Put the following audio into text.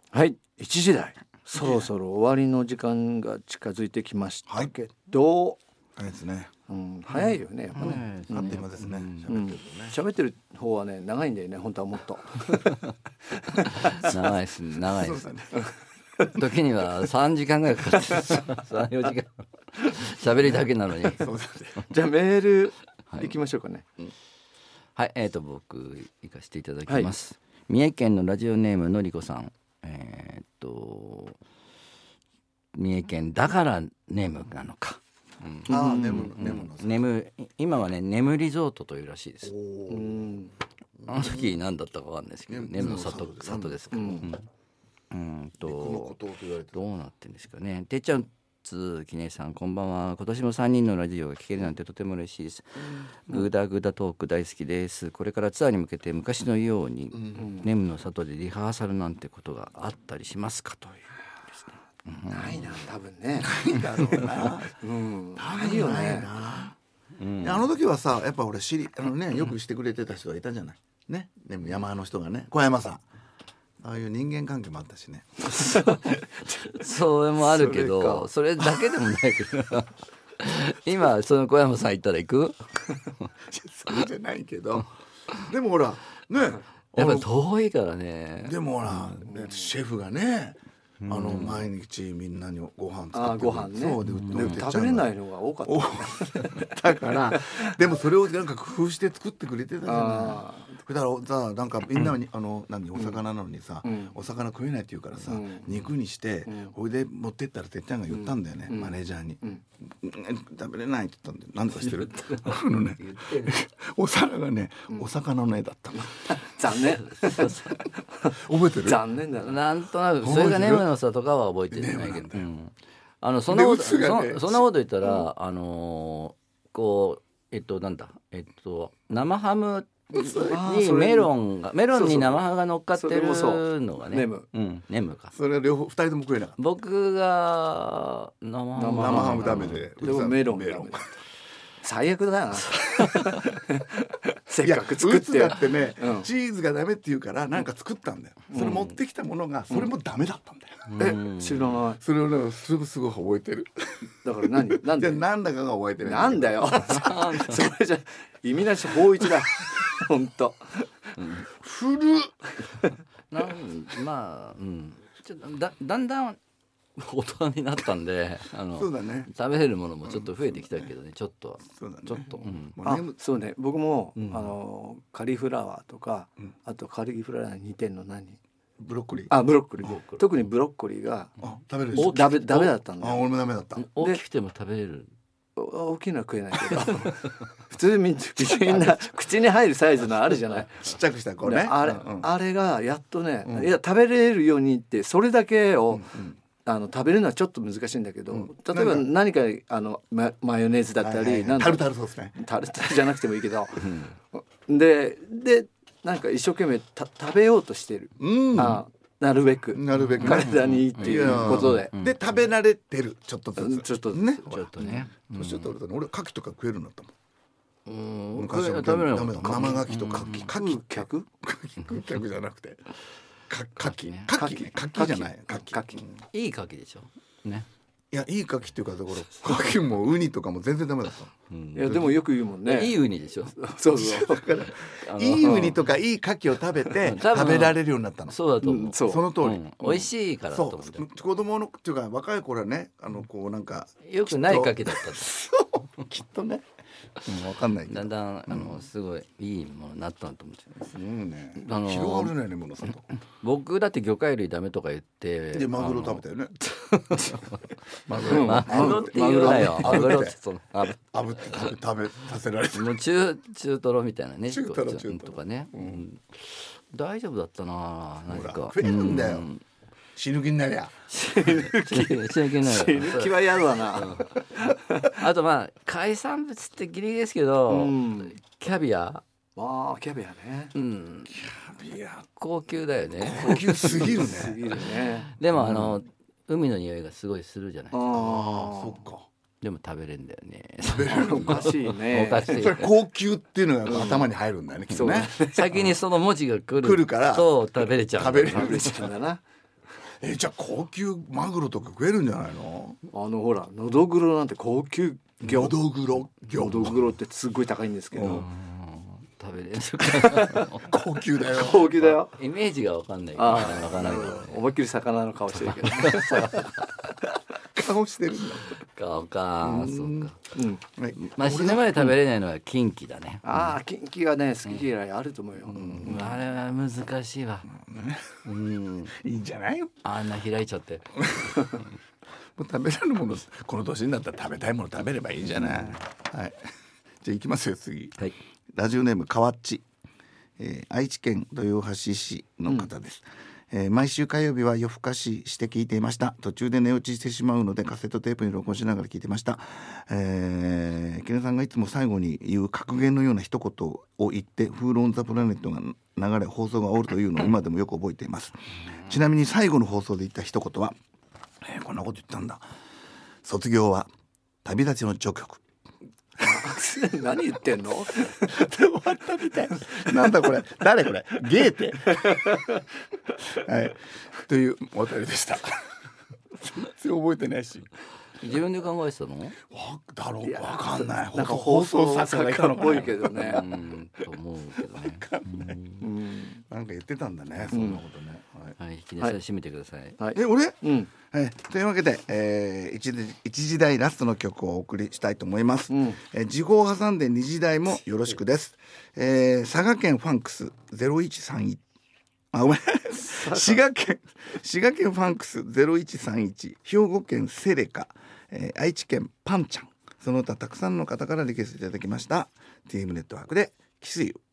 はい、1時台そろそろ終わりの時間が近づいてきましたけど、 早いですね、 早いよねやっぱね、 あっという間ですね、 喋ってる方はね長いんだよね本当はもっと長いですね長いですね時には3時間ぐらいかかってる3、4時間喋りだけなのにじゃあメール行きましょうかね。 はい、僕行かせていただきます、三重県のラジオネームのりこさん、三重県だからネームなのか、今はねネムリゾートというらしいです。あの時何だったかわかんないですけど、ネムの里ですけど、どうなってんですかね。てっちゃんきねさんこんばんは。今年も3人のラジオが聴けるなんてとても嬉しいです。グダグダトーク大好きです。これからツアーに向けて昔のように、ネムの里でリハーサルなんてことがあったりしますかというですね。 ないな多分ね。ないだろうな。ないよね。 あの時はさやっぱ俺よくしてくれてた人がいたじゃないね。でも山の人がね小山さん。ああいう人間関係もあったしねそれもあるけどそれだけでもないけど今その小山さん行ったら行くそれじゃないけどでもほらねやっぱり遠いからね。 でもほら、シェフがね毎日みんなにご飯作ってご飯ね。 そうで食べれないのが多かっただからでもそれをなんか工夫して作ってくれてたじゃない。だからさなんかみんなにお魚なのにさ、お魚食えないって言うからさ、肉にしてほいで持ってったらてっちゃんが言ったんだよね、マネージャーに、食べれないって言ったんで何とかしてるお皿がね、お魚の絵だったの残念覚えてる？ 残念だな。 なんとなくそれがネムの里とかは覚えてないけど、そんなこと言ったら生ハムにメロンに生ハムが乗っかってるのがね、ネムか。 それは両方2人とも食えなかった。 僕が生ハムダメでもメロン最悪だなせっかく作ってだってね、チーズがダメって言うからなんか作ったんだよ。それ持ってきたものがそれもダメだったんだよ。 知らない。 それをねすごい覚えてる。 だからなんでなんだかが覚えてない。 なんだよそれじゃ意味なし法一だ本当古っちょっとだんだん大人になったんでそうだね、 食べれるものもちょっと増えてきたけどね、ちょっとそうね。僕もカリフラワーとか、あとカリフラワーに似てんの何？ ブロッコリー。 ブロッコリー。特にブロッコリーが食べるダメだったんだよ。 俺もダメだった。 大きくても食べれる。 大きいのは食えないけど普通みんな口に入るサイズのあるじゃない。 ちっちゃくしたこれね。 あれがやっとね、食べれるようにってそれだけを食べるのはちょっと難しいんだけど、例えば何かマヨネーズだったり、 タルタルソースね。 タルタルじゃなくてもいいけどでなんか一生懸命食べようとしてる、なるべく体にいいっていうことで、 食べられてるちょっとずつちょっとね年を取ると俺牡蠣とか食えるようになったもん。 昔は食べれなかった。 生牡蠣とか牡蠣客じゃなくて牡蠣じゃない牡蠣いい牡蠣でしょね。 いやいい牡蠣っていうかところ牡蠣もウニとかも全然ダメだった。 いやでもよく言うもんね。 いいウニでしょ。 そうだからいいウニとかいい牡蠣を食べて食べられるようになったの。 そうだと思う。 その通り。 美味しいからと思って。 子供のっていうか若い頃はねこうなんかよくない牡蠣だった。 そうきっとね。分かんないけどだんだんすごいいいものになったと思って広がるねものさと。 僕だって魚介類ダメとか言ってでマグロ食べたよね。 マグロって言うなよ。マグロって炙って食べさせられてもう中トロみたいなね中トロとかね、大丈夫だったな。何か食えるんだよ。死ぬ気になりゃ死ぬ気は嫌だな。 あと海産物ってギリギリですけど、キャビアキャビアね。 キャビア高級だよね。 高級すぎるね。 でも海の匂いがすごいするじゃないですか。 そっか。 でも食べれんだよね。 おかしいね。 おかしい。 それ高級っていうのが頭に入るんだよね。きっとね。 先にその文字が来るからそう食べれちゃう。 食べれちゃうんだな。 じゃあ高級マグロとか食えるんじゃないの？ ほらのどぐろなんて高級魚。 のどぐろのどぐろってすっごい高いんですけど、 食べれる高級だよ。 高級だよ。 イメージが分かんないから分からないけどね。 思いっきり魚の顔してるけど顔してるんだ。 顔か、そうか。 はい、 まあ死ぬまで食べれないのはキンキだね。 キンキがね好き嫌いあると思うよ。 あれは難しいわ。 いいんじゃない？もあんな開いちゃって。 う食べられるもの、この年になったら食べたいもの食べればいいじゃない。はい。じゃあ行きますよ次。 はい。 ラジオネームかわっち、愛知県豊橋市の方です。毎週火曜日は夜更かしして聞いていました。途中で寝落ちしてしまうのでカセットテープに録音しながら聞いてました。木根さんがいつも最後に言う格言のような一言を言ってフールオンザプラネットが流れ放送が終わるというのを今でもよく覚えています。ちなみに最後の放送で言った一言は、こんなこと言ったんだ。卒業は旅立ちの序曲。 何言ってんの？ 終わったみたい。なんだこれ、誰これ、ゲーテはいというお便りでした。全然覚えてないし。 自分で考えてたの？ だろう、わかんない。 なんか放送作家っぽいけどね。 と思うけどね。 なんか言ってたんだね、そんなことね。 はい、木根さん締めてください。 俺？というわけで、一時代ラストの曲をお送りしたいと思います。時報を挟んで二時代もよろしくです。佐賀県ファンクス0131、ごめん滋賀県ファンクス0131、兵庫県セレカ、愛知県パンちゃん、その他たくさんの方からリクエストいただきました。TM ネットワークでキスユ。